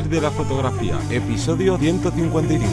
Vivir de la fotografía, episodio 155.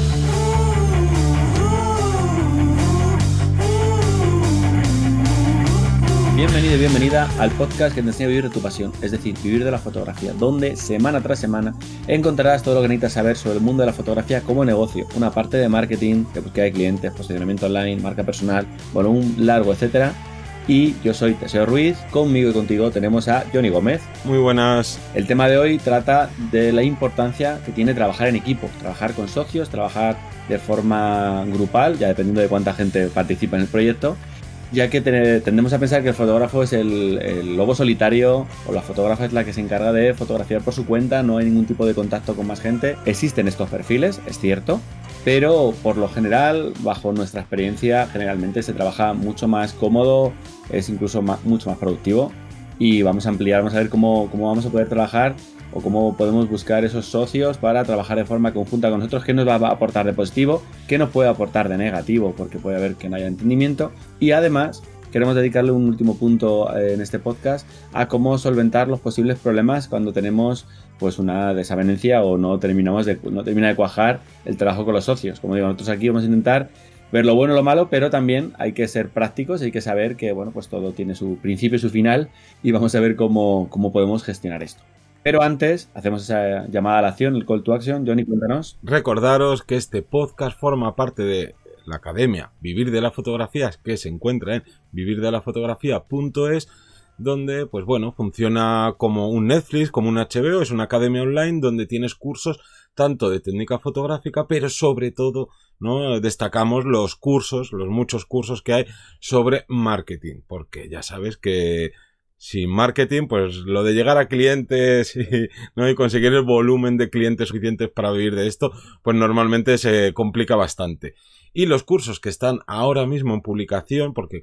Bienvenido y bienvenida al podcast que te enseña a vivir de tu pasión, es decir, vivir de la fotografía, donde semana tras semana encontrarás todo lo que necesitas saber sobre el mundo de la fotografía como negocio, una parte de marketing, de búsqueda de clientes, posicionamiento online, marca personal, bueno, un largo etcétera. Y yo soy Teseo Ruiz, conmigo y contigo tenemos a Johnny Gómez. Muy buenas. El tema de hoy trata de la importancia que tiene trabajar en equipo, trabajar con socios, trabajar de forma grupal, ya dependiendo de cuánta gente participa en el proyecto, ya que tendemos a pensar que el fotógrafo es el lobo solitario o la fotógrafa es la que se encarga de fotografiar por su cuenta, no hay ningún tipo de contacto con más gente. Existen estos perfiles, es cierto, pero por lo general, bajo nuestra experiencia, generalmente se trabaja mucho más cómodo, es incluso mucho más productivo y vamos a ampliar, vamos a ver cómo vamos a poder trabajar o cómo podemos buscar esos socios para trabajar de forma conjunta con nosotros, qué nos va a aportar de positivo, qué nos puede aportar de negativo, porque puede haber que no haya entendimiento. Y además queremos dedicarle un último punto en este podcast a cómo solventar los posibles problemas cuando tenemos pues una desavenencia o no termina de cuajar el trabajo con los socios. Como digo, nosotros aquí vamos a intentar ver lo bueno y lo malo, pero también hay que ser prácticos y hay que saber que bueno, pues todo tiene su principio y su final y vamos a ver cómo podemos gestionar esto. Pero antes, hacemos esa llamada a la acción, el call to action. Johnny, cuéntanos. Recordaros que este podcast forma parte de la academia Vivir de la Fotografía, que se encuentra en vivirdelafotografía.es, donde, pues bueno, funciona como un Netflix, como un HBO, es una academia online donde tienes cursos tanto de técnica fotográfica, pero sobre todo, ¿no?, destacamos los muchos cursos que hay sobre marketing, porque ya sabes que sin marketing, pues lo de llegar a clientes y conseguir el volumen de clientes suficientes para vivir de esto, pues normalmente se complica bastante. Y los cursos que están ahora mismo en publicación, porque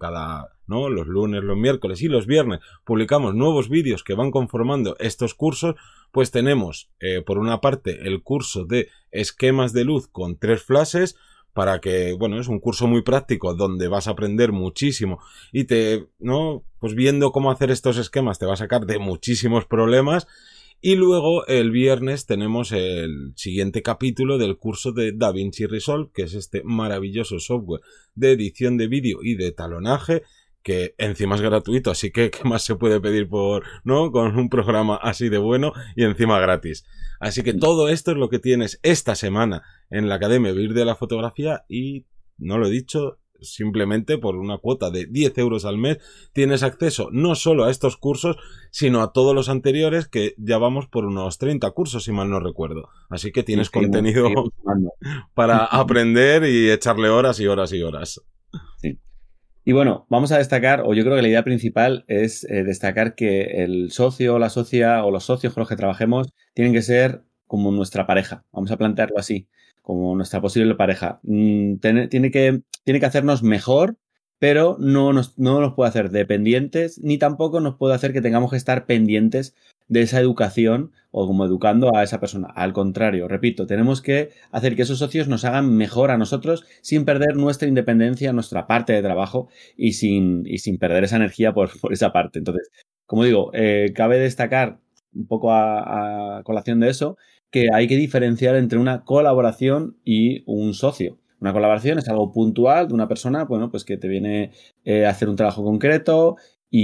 los lunes, los miércoles y los viernes publicamos nuevos vídeos que van conformando estos cursos, pues tenemos por una parte el curso de esquemas de luz con 3 flashes, para que, bueno, es un curso muy práctico donde vas a aprender muchísimo y pues viendo cómo hacer estos esquemas te va a sacar de muchísimos problemas. Y luego el viernes tenemos el siguiente capítulo del curso de DaVinci Resolve, que es este maravilloso software de edición de vídeo y de talonaje, que encima es gratuito, así que ¿qué más se puede pedir con un programa así de bueno y encima gratis? Así que todo esto es lo que tienes esta semana en la Academia Vivir de la Fotografía y, no lo he dicho, simplemente por una cuota de 10 euros al mes tienes acceso no solo a estos cursos, sino a todos los anteriores, que ya vamos por unos 30 cursos, si mal no recuerdo. Así que tienes contenido para aprender y echarle horas y horas y horas. Sí. Y bueno, vamos a destacar, o yo creo que la idea principal es destacar que el socio o la socia o los socios con los que trabajemos tienen que ser como nuestra pareja. Vamos a plantearlo así, como nuestra posible pareja. Tiene que hacernos mejor, pero no nos puede hacer dependientes, ni tampoco nos puede hacer que tengamos que estar pendientes de esa educación o como educando a esa persona. Al contrario, repito, tenemos que hacer que esos socios nos hagan mejor a nosotros sin perder nuestra independencia, nuestra parte de trabajo y sin perder esa energía por esa parte. Entonces, como digo, cabe destacar un poco a colación de eso que hay que diferenciar entre una colaboración y un socio. Una colaboración es algo puntual de una persona, bueno, pues que te viene a hacer un trabajo concreto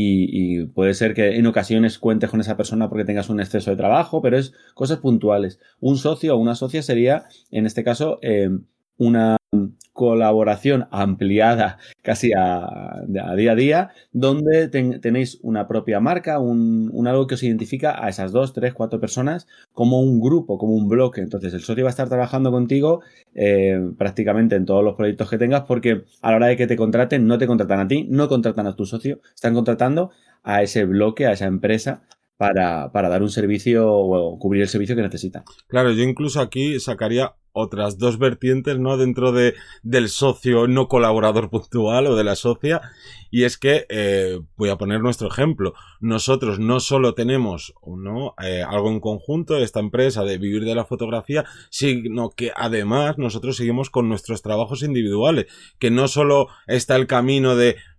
y puede ser que en ocasiones cuentes con esa persona porque tengas un exceso de trabajo, pero es cosas puntuales. Un socio o una socia sería, en este caso, una colaboración ampliada casi a día a día, donde tenéis una propia marca, un algo que os identifica a esas 2, 3, 4 personas como un grupo, como un bloque. Entonces el socio va a estar trabajando contigo prácticamente en todos los proyectos que tengas, porque a la hora de que te contraten, no te contratan a ti, no contratan a tu socio, están contratando a ese bloque, a esa empresa, para dar un servicio o cubrir el servicio que necesita. Claro, yo incluso aquí sacaría otras 2 vertientes, ¿no?, dentro del socio no colaborador puntual o de la socia, y es que voy a poner nuestro ejemplo. Nosotros no solo tenemos algo en conjunto, esta empresa de Vivir de la Fotografía, sino que además nosotros seguimos con nuestros trabajos individuales, que no solo está el camino de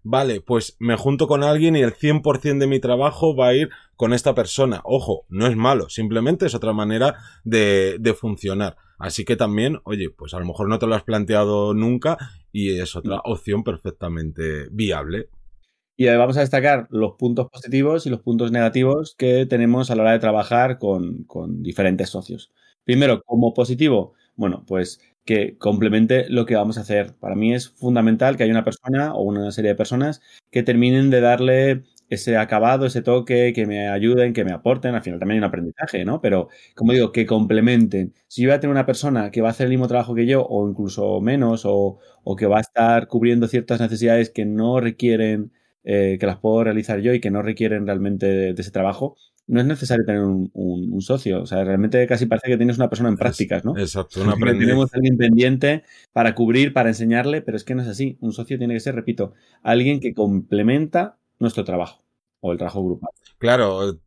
vale, pues me junto con alguien y el 100% de mi trabajo va a ir con esta persona. Ojo, no es malo, simplemente es otra manera de funcionar. Así que también, oye, pues a lo mejor no te lo has planteado nunca y es otra opción perfectamente viable. Y vamos a destacar los puntos positivos y los puntos negativos que tenemos a la hora de trabajar con diferentes socios. Primero, como positivo, bueno, pues que complemente lo que vamos a hacer. Para mí es fundamental que haya una persona o una serie de personas que terminen de darle ese acabado, ese toque, que me ayuden, que me aporten. Al final también hay un aprendizaje, ¿no? Pero, como digo, que complementen. Si yo voy a tener una persona que va a hacer el mismo trabajo que yo, o incluso menos, o que va a estar cubriendo ciertas necesidades que no requieren, que las puedo realizar yo y que no requieren realmente de ese trabajo, no es necesario tener un socio. O sea, realmente casi parece que tienes una persona en prácticas, ¿no? Exacto, un aprendiz. Tenemos a alguien pendiente para cubrir, para enseñarle, pero es que no es así. Un socio tiene que ser, repito, alguien que complementa nuestro trabajo o el trabajo grupal. Claro,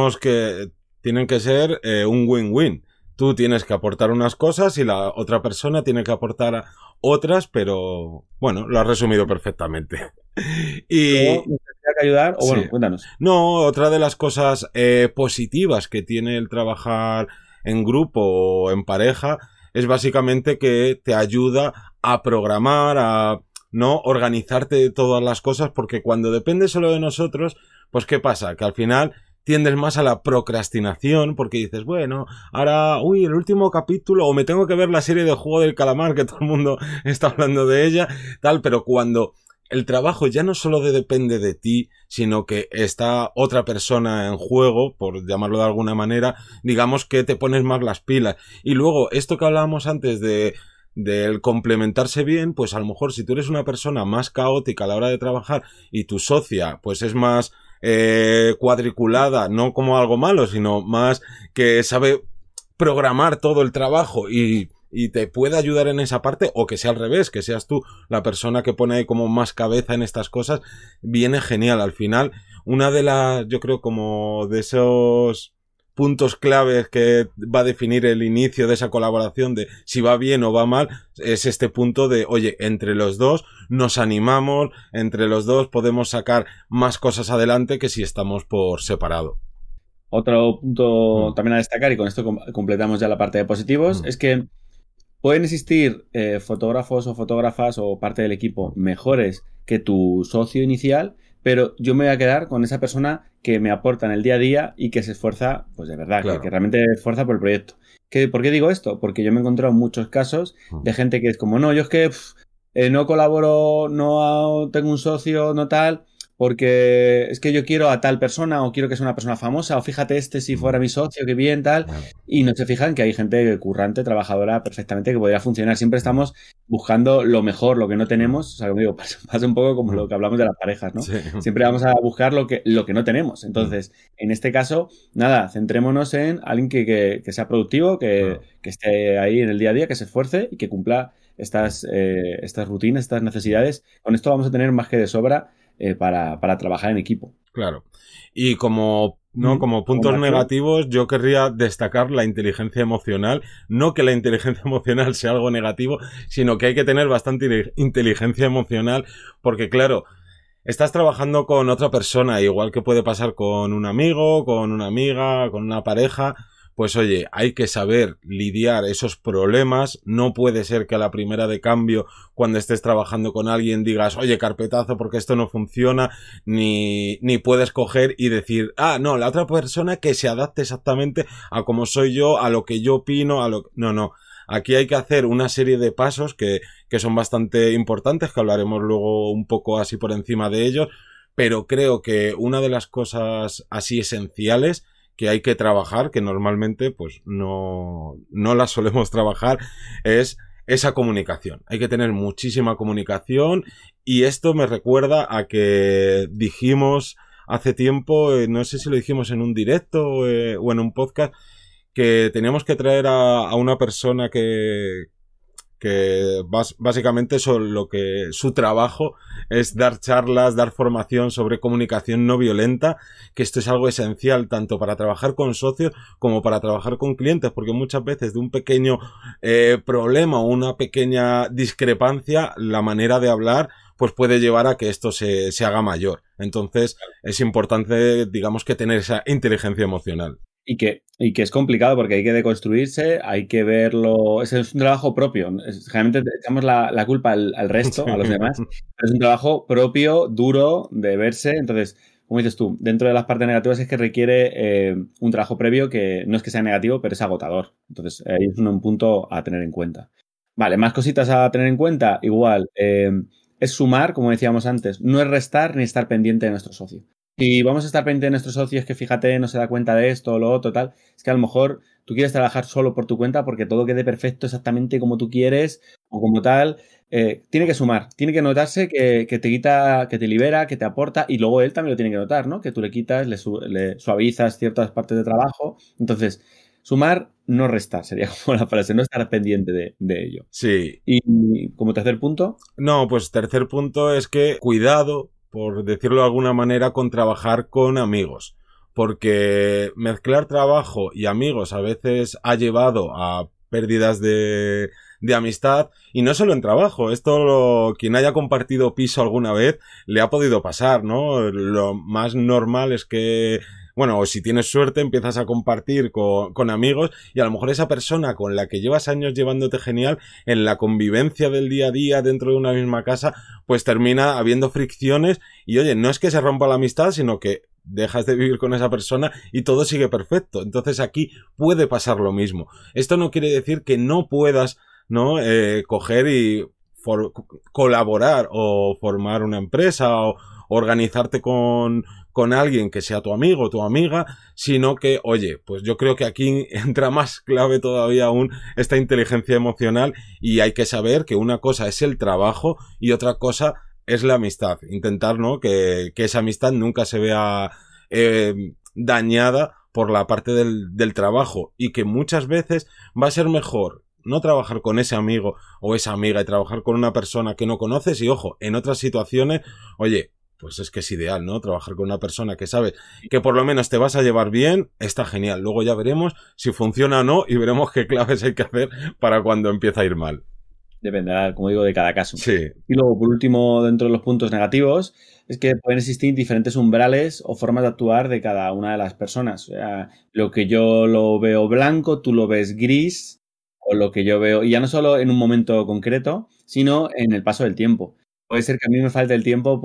tienen que ser un win-win. Tú tienes que aportar unas cosas y la otra persona tiene que aportar otras, pero bueno, lo has resumido perfectamente. Y ¿Me tendría que ayudar? O bueno, sí. Cuéntanos. No, otra de las cosas positivas que tiene el trabajar en grupo o en pareja es básicamente que te ayuda a programar, a no organizarte todas las cosas, porque cuando depende solo de nosotros, pues ¿qué pasa? Que al final tiendes más a la procrastinación porque dices, bueno, ahora, el último capítulo, o me tengo que ver la serie de Juego del Calamar, que todo el mundo está hablando de ella, tal, pero cuando el trabajo ya no solo depende de ti, sino que está otra persona en juego, por llamarlo de alguna manera, digamos que te pones más las pilas. Y luego, esto que hablábamos antes del complementarse bien, pues a lo mejor si tú eres una persona más caótica a la hora de trabajar y tu socia pues es más cuadriculada, no como algo malo, sino más que sabe programar todo el trabajo y te puede ayudar en esa parte, o que sea al revés, que seas tú la persona que pone ahí como más cabeza en estas cosas, viene genial. Al final, una de las, yo creo, como de esos puntos claves que va a definir el inicio de esa colaboración, de si va bien o va mal, es este punto de, oye, entre los dos nos animamos, entre los dos podemos sacar más cosas adelante que si estamos por separado. Otro punto también a destacar, y con esto completamos ya la parte de positivos, es que pueden existir fotógrafos o fotógrafas o parte del equipo mejores que tu socio inicial, pero yo me voy a quedar con esa persona que me aporta en el día a día y que se esfuerza, pues de verdad, Claro. que realmente se esfuerza por el proyecto. ¿Por qué digo esto? Porque yo me he encontrado muchos casos de gente que es como, no, yo es que no colaboro, no tengo un socio, no tal, porque es que yo quiero a tal persona o quiero que sea una persona famosa, o fíjate si fuera mi socio, qué bien, tal, y no se fijan que hay gente currante, trabajadora perfectamente que podría funcionar. Siempre estamos buscando lo mejor, lo que no tenemos. O sea, como digo, pasa un poco como lo que hablamos de las parejas, ¿no? Sí. Siempre vamos a buscar lo que no tenemos. Entonces, en este caso, nada, centrémonos en alguien que sea productivo, que esté ahí en el día a día, que se esfuerce y que cumpla estas rutinas, estas necesidades. Con esto vamos a tener más que de sobra para trabajar en equipo. Claro. Y como puntos negativos, yo querría destacar la inteligencia emocional. No que la inteligencia emocional sea algo negativo, sino que hay que tener bastante inteligencia emocional, porque claro, estás trabajando con otra persona, igual que puede pasar con un amigo, con una amiga, con una pareja. Pues oye, hay que saber lidiar esos problemas. No puede ser que a la primera de cambio, cuando estés trabajando con alguien, digas, oye, carpetazo porque esto no funciona, ni puedes coger y decir, no, la otra persona que se adapte exactamente a cómo soy yo, a lo que yo opino, No. Aquí hay que hacer una serie de pasos que son bastante importantes, que hablaremos luego un poco así por encima de ellos, pero creo que una de las cosas así esenciales que hay que trabajar, que normalmente pues no las solemos trabajar, es esa comunicación. Hay que tener muchísima comunicación, y esto me recuerda a que dijimos hace tiempo, no sé si lo dijimos en un directo o en un podcast, que teníamos que traer a una persona que básicamente su trabajo es dar charlas, dar formación sobre comunicación no violenta, que esto es algo esencial tanto para trabajar con socios como para trabajar con clientes, porque muchas veces de un pequeño problema o una pequeña discrepancia, la manera de hablar pues puede llevar a que esto se haga mayor. Entonces, es importante, digamos, que tener esa inteligencia emocional. Y que es complicado porque hay que deconstruirse, hay que verlo. Es un trabajo propio. Generalmente echamos la culpa al resto, a los demás. Pero es un trabajo propio, duro, de verse. Entonces, como dices tú, dentro de las partes negativas es que requiere un trabajo previo que no es que sea negativo, pero es agotador. Entonces, ahí es un punto a tener en cuenta. Vale, más cositas a tener en cuenta. Igual, es sumar, como decíamos antes, no es restar ni estar pendiente de nuestro socio. Si vamos a estar pendientes de nuestros socios que fíjate, no se da cuenta de esto o lo otro, tal, es que a lo mejor tú quieres trabajar solo por tu cuenta porque todo quede perfecto exactamente como tú quieres o como tal. Tiene que sumar, tiene que notarse que te quita, que te libera, que te aporta y luego él también lo tiene que notar, ¿no? Que tú le quitas, le suavizas ciertas partes de trabajo. Entonces, sumar, no restar, sería como la frase, no estar pendiente de ello. Sí. Y como tercer punto. No, pues tercer punto es que cuidado, por decirlo de alguna manera, con trabajar con amigos. Porque mezclar trabajo y amigos a veces ha llevado a pérdidas de amistad, y no solo en trabajo. Esto quien haya compartido piso alguna vez le ha podido pasar, ¿no? Lo más normal es que, bueno, o si tienes suerte empiezas a compartir con amigos y a lo mejor esa persona con la que llevas años llevándote genial, en la convivencia del día a día dentro de una misma casa, pues termina habiendo fricciones y oye, no es que se rompa la amistad, sino que dejas de vivir con esa persona y todo sigue perfecto. Entonces aquí puede pasar lo mismo. Esto no quiere decir que no puedas, ¿no? Coger y colaborar o formar una empresa o organizarte con alguien que sea tu amigo o tu amiga, sino que, oye, pues yo creo que aquí entra más clave todavía aún esta inteligencia emocional y hay que saber que una cosa es el trabajo y otra cosa es la amistad. Intentar, ¿no? Que esa amistad nunca se vea dañada por la parte del trabajo y que muchas veces va a ser mejor no trabajar con ese amigo o esa amiga y trabajar con una persona que no conoces y, ojo, en otras situaciones, oye, pues es que es ideal, ¿no? Trabajar con una persona que sabe que por lo menos te vas a llevar bien, está genial. Luego ya veremos si funciona o no y veremos qué claves hay que hacer para cuando empieza a ir mal. Dependerá, como digo, de cada caso. Sí. Y luego, por último, dentro de los puntos negativos, es que pueden existir diferentes umbrales o formas de actuar de cada una de las personas. O sea, lo que yo lo veo blanco, tú lo ves gris, o lo que yo veo, y ya no solo en un momento concreto, sino en el paso del tiempo. Puede ser que a mí me falte el tiempo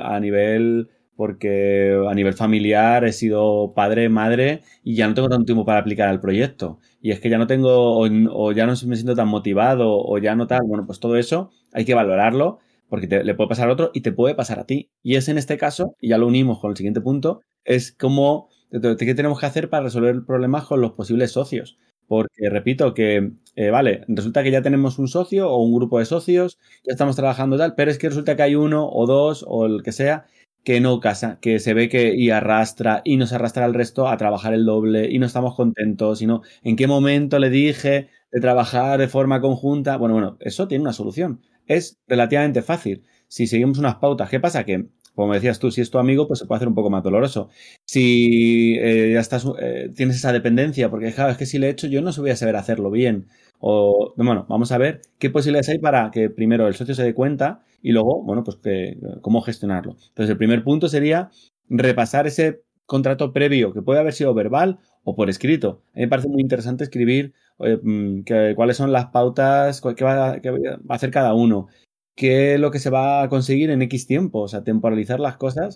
porque a nivel familiar he sido padre, madre y ya no tengo tanto tiempo para aplicar al proyecto. Y es que ya no tengo, o ya no me siento tan motivado, o ya no tal. Bueno, pues todo eso hay que valorarlo porque le puede pasar a otro y te puede pasar a ti. Y es en este caso, y ya lo unimos con el siguiente punto, es cómo, qué tenemos que hacer para resolver problemas con los posibles socios. Porque repito que, vale, resulta que ya tenemos un socio o un grupo de socios, ya estamos trabajando tal, pero es que resulta que hay uno o dos o el que sea que no casa, que se ve que y arrastra y nos arrastra al resto a trabajar el doble y no estamos contentos, sino en qué momento le dije de trabajar de forma conjunta. Bueno, eso tiene una solución. Es relativamente fácil. Si seguimos unas pautas, ¿qué pasa? Que, como decías tú, si es tu amigo, pues se puede hacer un poco más doloroso. Si ya estás, tienes esa dependencia, porque claro, es que si le he hecho yo no voy a saber hacerlo bien. O, bueno, vamos a ver qué posibilidades hay para que primero el socio se dé cuenta y luego, bueno, pues cómo gestionarlo. Entonces, el primer punto sería repasar ese contrato previo, que puede haber sido verbal o por escrito. A mí me parece muy interesante escribir cuáles son las pautas, qué va a hacer cada uno, qué es lo que se va a conseguir en X tiempo, o sea, temporalizar las cosas.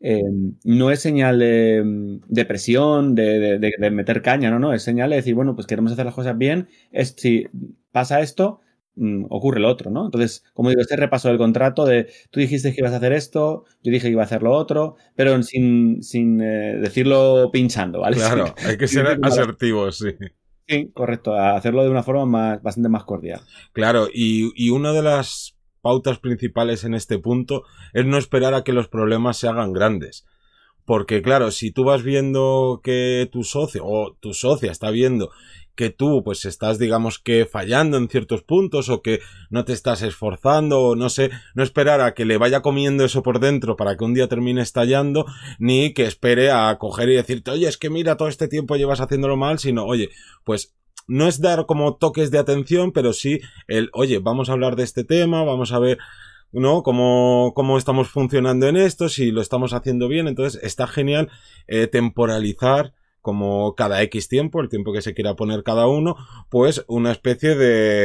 No es señal de presión, de meter caña, no, es señal de decir, bueno, pues queremos hacer las cosas bien, si pasa esto, ocurre lo otro, ¿no? Entonces, como digo, este repaso del contrato de tú dijiste que ibas a hacer esto, yo dije que iba a hacer lo otro, pero sin decirlo pinchando, ¿vale? Claro, hay que ser asertivos, sí. Sí, correcto, hacerlo de una forma bastante más cordial. Claro, y una de las pautas principales en este punto es no esperar a que los problemas se hagan grandes. Porque claro, si tú vas viendo que tu socio o tu socia está viendo que tú pues estás digamos que fallando en ciertos puntos o que no te estás esforzando o no sé, no esperar a que le vaya comiendo eso por dentro para que un día termine estallando, ni que espere a coger y decirte, oye, es que mira, todo este tiempo llevas haciéndolo mal, sino, oye, pues no es dar como toques de atención, pero sí oye, vamos a hablar de este tema, vamos a ver ¿no? Cómo estamos funcionando en esto, si lo estamos haciendo bien. Entonces está genial temporalizar como cada X tiempo, el tiempo que se quiera poner cada uno, pues una especie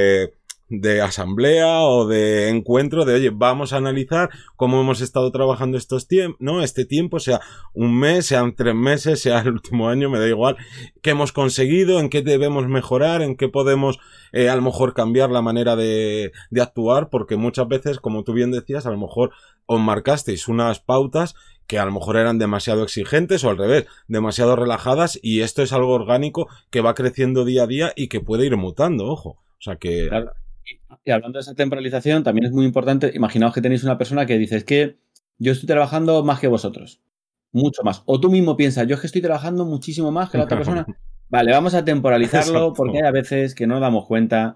de asamblea o de encuentro de, oye, vamos a analizar cómo hemos estado trabajando estos tiempos, ¿no? Este tiempo, sea un mes, sean 3 meses, sea el último año, me da igual, qué hemos conseguido, en qué debemos mejorar, en qué podemos a lo mejor cambiar la manera de actuar, porque muchas veces, como tú bien decías, a lo mejor os marcasteis unas pautas que a lo mejor eran demasiado exigentes o al revés, demasiado relajadas, y esto es algo orgánico que va creciendo día a día y que puede ir mutando, ojo. O sea que... Claro. Y hablando de esa temporalización, también es muy importante, imaginaos que tenéis una persona que dice, es que yo estoy trabajando más que vosotros, mucho más. O tú mismo piensas, yo es que estoy trabajando muchísimo más que la otra persona. Vale, vamos a temporalizarlo porque hay a veces que no nos damos cuenta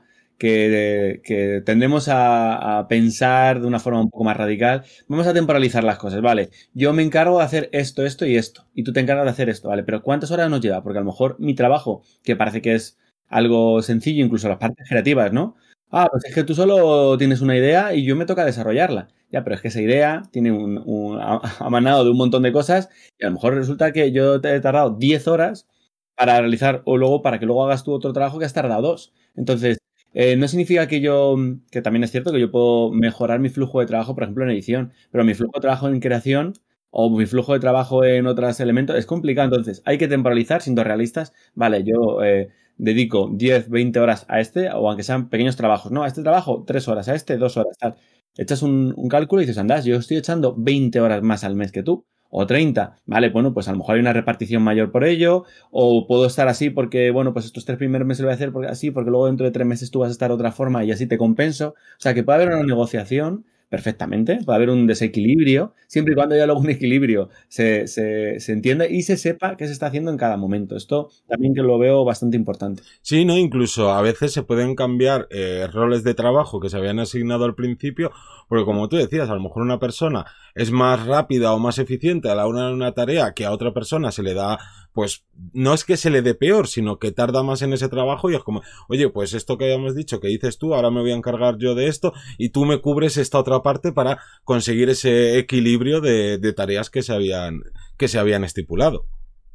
que tendemos a pensar de una forma un poco más radical. Vamos a temporalizar las cosas, vale. Yo me encargo de hacer esto, esto y esto. Y tú te encargas de hacer esto, vale. Pero ¿cuántas horas nos lleva? Porque a lo mejor mi trabajo, que parece que es algo sencillo, incluso las partes creativas, ¿no? Ah, pues es que tú solo tienes una idea y yo me toca desarrollarla. Ya, pero es que esa idea tiene amanado de un montón de cosas y a lo mejor resulta que yo te he tardado 10 horas para realizar o luego para que luego hagas tú otro trabajo que has tardado 2. Entonces, no significa que también es cierto que yo puedo mejorar mi flujo de trabajo, por ejemplo, en edición, pero mi flujo de trabajo en creación o mi flujo de trabajo en otros elementos es complicado. Entonces, hay que temporalizar siendo realistas. Vale, yo dedico 10, 20 horas a este, o aunque sean pequeños trabajos, ¿no? A este trabajo 3 horas, a este 2 horas, tal. Echas un cálculo y dices, andás, yo estoy echando 20 horas más al mes que tú. O 30, vale, bueno, pues a lo mejor hay una repartición mayor por ello, o puedo estar así porque, bueno, pues estos 3 primeros meses lo voy a hacer así, porque luego dentro de 3 meses tú vas a estar de otra forma y así te compenso. O sea, que puede haber una negociación perfectamente, puede haber un desequilibrio, siempre y cuando haya luego un equilibrio se entienda y se sepa qué se está haciendo en cada momento. Esto también que lo veo bastante importante. Sí, no, incluso a veces se pueden cambiar roles de trabajo que se habían asignado al principio, porque como tú decías, a lo mejor una persona es más rápida o más eficiente a la hora de una tarea que a otra persona se le da, pues no es que se le dé peor, sino que tarda más en ese trabajo y es como, oye, pues esto que habíamos dicho, que dices tú, ahora me voy a encargar yo de esto y tú me cubres esta otra parte para conseguir ese equilibrio de tareas que se habían estipulado.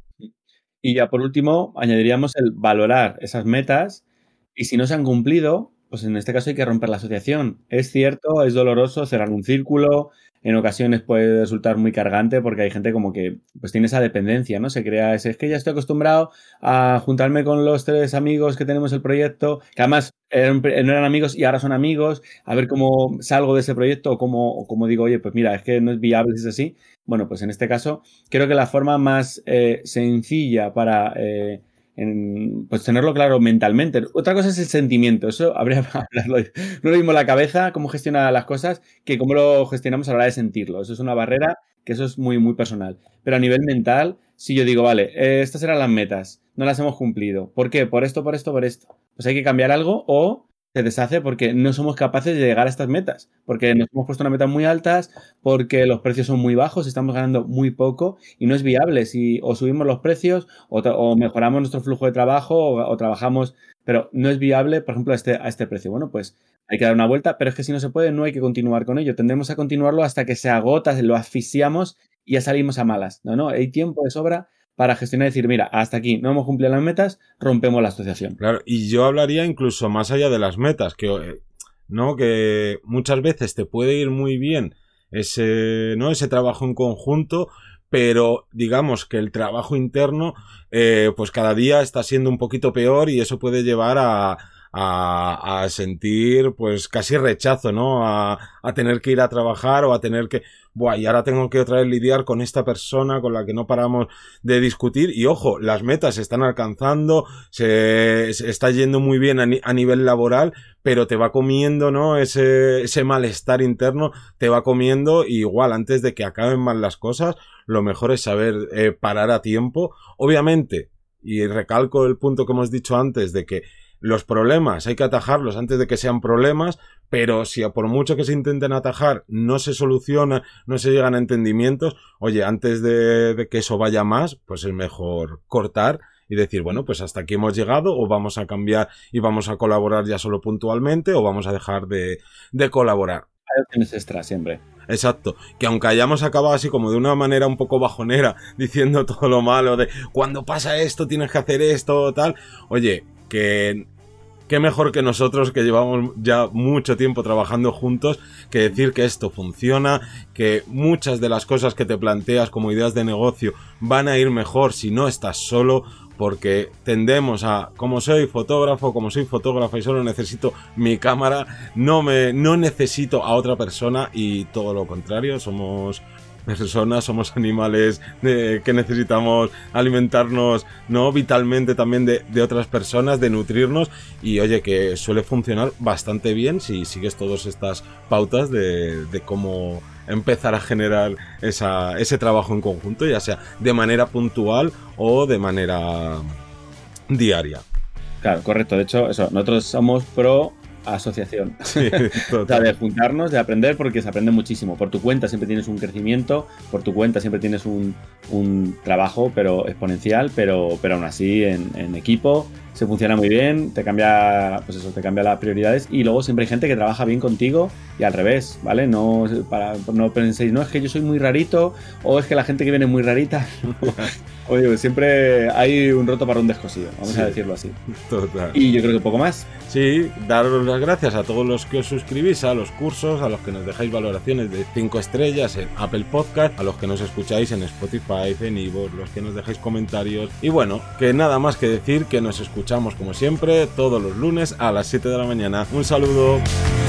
Y ya por último, añadiríamos el valorar esas metas y si no se han cumplido, pues en este caso hay que romper la asociación. Es cierto, es doloroso cerrar un círculo, en ocasiones puede resultar muy cargante porque hay gente como que pues tiene esa dependencia, ¿no? Se crea ese, es que ya estoy acostumbrado a juntarme con los 3 amigos que tenemos el proyecto, que además no eran amigos y ahora son amigos, a ver cómo salgo de ese proyecto o cómo digo, oye, pues mira, es que no es viable si es así. Bueno, pues en este caso creo que la forma más sencilla para pues tenerlo claro mentalmente. Otra cosa es el sentimiento, eso habría que hablarlo. No es lo mismo la cabeza, cómo gestiona las cosas, que cómo lo gestionamos a la hora de sentirlo. Eso es una barrera que eso es muy, muy personal. Pero a nivel mental, si yo digo, vale, estas eran las metas, no las hemos cumplido. ¿Por qué? Por esto, por esto, por esto. Pues hay que cambiar algo o se deshace porque no somos capaces de llegar a estas metas, porque nos hemos puesto unas metas muy altas, porque los precios son muy bajos, estamos ganando muy poco y no es viable si o subimos los precios o mejoramos nuestro flujo de trabajo o trabajamos, pero no es viable, por ejemplo, a este precio. Bueno, pues hay que dar una vuelta, pero es que si no se puede, no hay que continuar con ello. Tendremos a continuarlo hasta que se agota, lo asfixiamos y ya salimos a malas. No, hay tiempo de sobra para gestionar y decir, mira, hasta aquí no hemos cumplido las metas, rompemos la asociación. Claro, y yo hablaría incluso más allá de las metas, ¿no? Que muchas veces te puede ir muy bien ese trabajo en conjunto, pero digamos que el trabajo interno, pues cada día está siendo un poquito peor y eso puede llevar a sentir pues casi rechazo, ¿no? A tener que ir a trabajar o a tener que, y ahora tengo que otra vez lidiar con esta persona con la que no paramos de discutir y ojo, las metas se están alcanzando, se está yendo muy bien a nivel laboral, pero te va comiendo, ¿no? Ese malestar interno te va comiendo y igual antes de que acaben mal las cosas, lo mejor es saber parar a tiempo, obviamente, y recalco el punto que hemos dicho antes de que los problemas hay que atajarlos antes de que sean problemas, pero si por mucho que se intenten atajar no se soluciona, no se llegan a entendimientos, oye, antes de que eso vaya más, pues es mejor cortar y decir, bueno, pues hasta aquí hemos llegado o vamos a cambiar y vamos a colaborar ya solo puntualmente o vamos a dejar de colaborar. Hay opciones extras siempre. Exacto, que aunque hayamos acabado así como de una manera un poco bajonera, diciendo todo lo malo de cuando pasa esto tienes que hacer esto, tal, oye, que qué mejor que nosotros que llevamos ya mucho tiempo trabajando juntos que decir que esto funciona, que muchas de las cosas que te planteas como ideas de negocio van a ir mejor si no estás solo, porque tendemos a, como soy fotógrafa y solo necesito mi cámara, no necesito a otra persona, y todo lo contrario, somos personas, somos animales que necesitamos alimentarnos, ¿no? Vitalmente también de otras personas, de nutrirnos, y oye, que suele funcionar bastante bien si sigues todas estas pautas de cómo empezar a generar ese trabajo en conjunto, ya sea de manera puntual o de manera diaria. Claro, correcto. De hecho, eso, nosotros somos pro asociación. Sí, o sea, de juntarnos, de aprender, porque se aprende muchísimo. Por tu cuenta siempre tienes un crecimiento, por tu cuenta siempre tienes un trabajo, pero exponencial, pero aún así en equipo se funciona muy bien, te cambia, pues eso, te cambia las prioridades, y luego siempre hay gente que trabaja bien contigo y al revés, ¿vale? No penséis, no, es que yo soy muy rarito, o es que la gente que viene es muy rarita. Oye, siempre hay un roto para un descosido, vamos a decirlo así. Total. Y yo creo que poco más. Sí, daros las gracias a todos los que os suscribís a los cursos, a los que nos dejáis valoraciones de 5 estrellas en Apple Podcast, a los que nos escucháis en Spotify, en iVoox, los que nos dejáis comentarios. Y bueno, que nada más que decir, que nos escuchamos como siempre todos los lunes a las 7 de la mañana. Un saludo.